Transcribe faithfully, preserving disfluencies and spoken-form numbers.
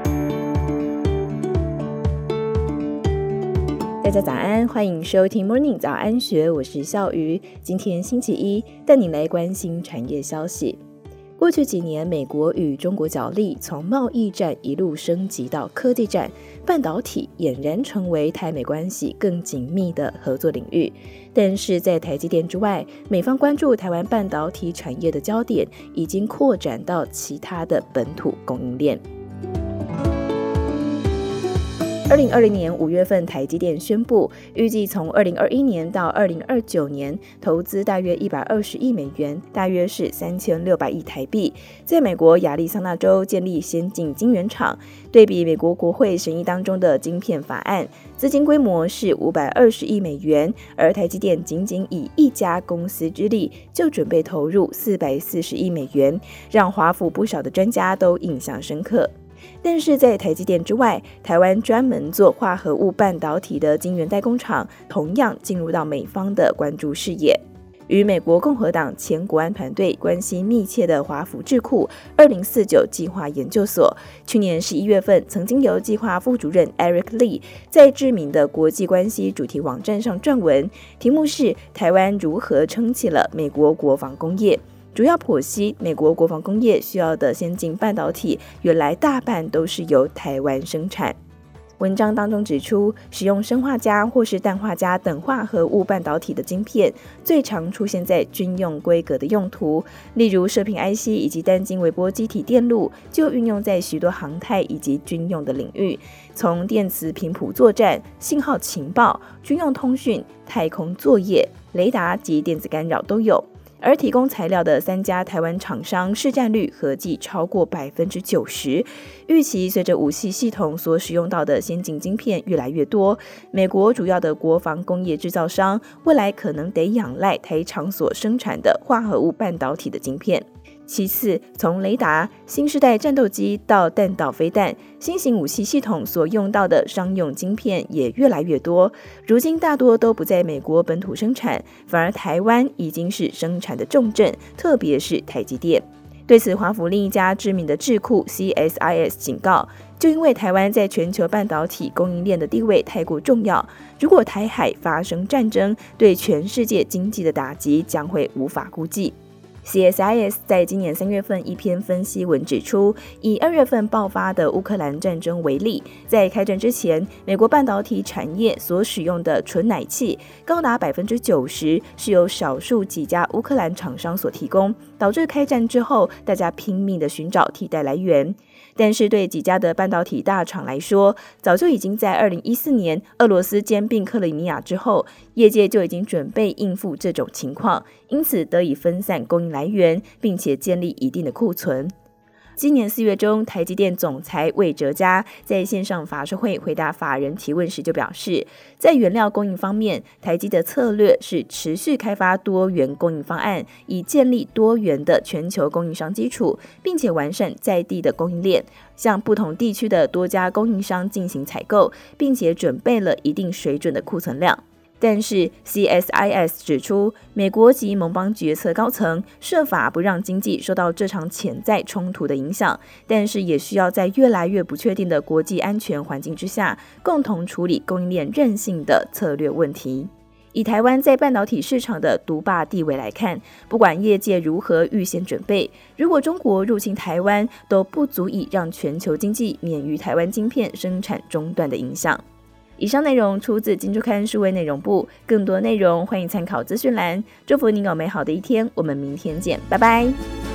大家早安，欢迎收听 Morning 早安学，我是笑瑜。今天星期一，带你来关心产业消息。过去几年，美国与中国角力，从贸易战一路升级到科技战，半导体俨然成为台美关系更紧密的合作领域。但是在台积电之外，美方关注台湾半导体产业的焦点已经扩展到其他的本土供应链。二零二零年五月份，台积电宣布，预计从二零二一年到二零二九年，投资大约一百二十亿美元，大约是三千六百亿台币，在美国亚利桑那州建立先进晶圆厂。对比美国国会审议当中的晶片法案，资金规模是五百二十亿美元，而台积电仅仅以一家公司之力，就准备投入四百四十亿美元，让华府不少的专家都印象深刻。但是在台积电之外，台湾专门做化合物半导体的晶圆代工厂同样进入到美方的关注视野。与美国共和党前国安团队关系密切的华府智库二零四九计划研究所，去年十一月份曾经由计划副主任 Eric Lee 在知名的国际关系主题网站上撰文，题目是台湾如何撑起了美国国防工业，主要剖析美国国防工业需要的先进半导体，原来大半都是由台湾生产。文章当中指出，使用砷化镓或是氮化镓等化合物半导体的晶片，最常出现在军用规格的用途，例如射频 I C 以及单晶微波机体电路，就运用在许多航太以及军用的领域，从电磁频谱作战、信号情报、军用通讯、太空作业、雷达及电子干扰都有。而提供材料的三家台湾厂商市占率合计超过百分之九十。预期随着武器系统所使用到的先进晶片越来越多，美国主要的国防工业制造商未来可能得仰赖台厂所生产的化合物半导体的晶片。其次，从雷达、新世代战斗机到弹道飞弹，新型武器系统所用到的商用晶片也越来越多。如今大多都不在美国本土生产，反而台湾已经是生产的重镇，特别是台积电。对此，华府另一家知名的智库 C S I S 警告，就因为台湾在全球半导体供应链的地位太过重要，如果台海发生战争，对全世界经济的打击将会无法估计。C S I S 在今年三月份一篇分析文指出，以二月份爆发的乌克兰战争为例，在开战之前，美国半导体产业所使用的纯奶气高达 百分之九十 是由少数几家乌克兰厂商所提供，导致开战之后大家拼命的寻找替代来源。但是对几家的半导体大厂来说，早就已经在二零一四年俄罗斯兼并克里米亚之后，业界就已经准备应付这种情况，因此得以分散供应来源，并且建立一定的库存。今年四月中，台积电总裁魏哲嘉在线上法说会回答法人提问时就表示，在原料供应方面，台积的策略是持续开发多元供应方案，以建立多元的全球供应商基础，并且完善在地的供应链，向不同地区的多家供应商进行采购，并且准备了一定水准的库存量。但是 C S I S 指出，美国及盟邦决策高层设法不让经济受到这场潜在冲突的影响，但是也需要在越来越不确定的国际安全环境之下，共同处理供应链韧性的策略问题。以台湾在半导体市场的独霸地位来看，不管业界如何预先准备，如果中国入侵台湾，都不足以让全球经济免于台湾晶片生产中断的影响。以上内容出自今周刊数位内容部，更多内容欢迎参考资讯栏。祝福您有美好的一天，我们明天见，拜拜。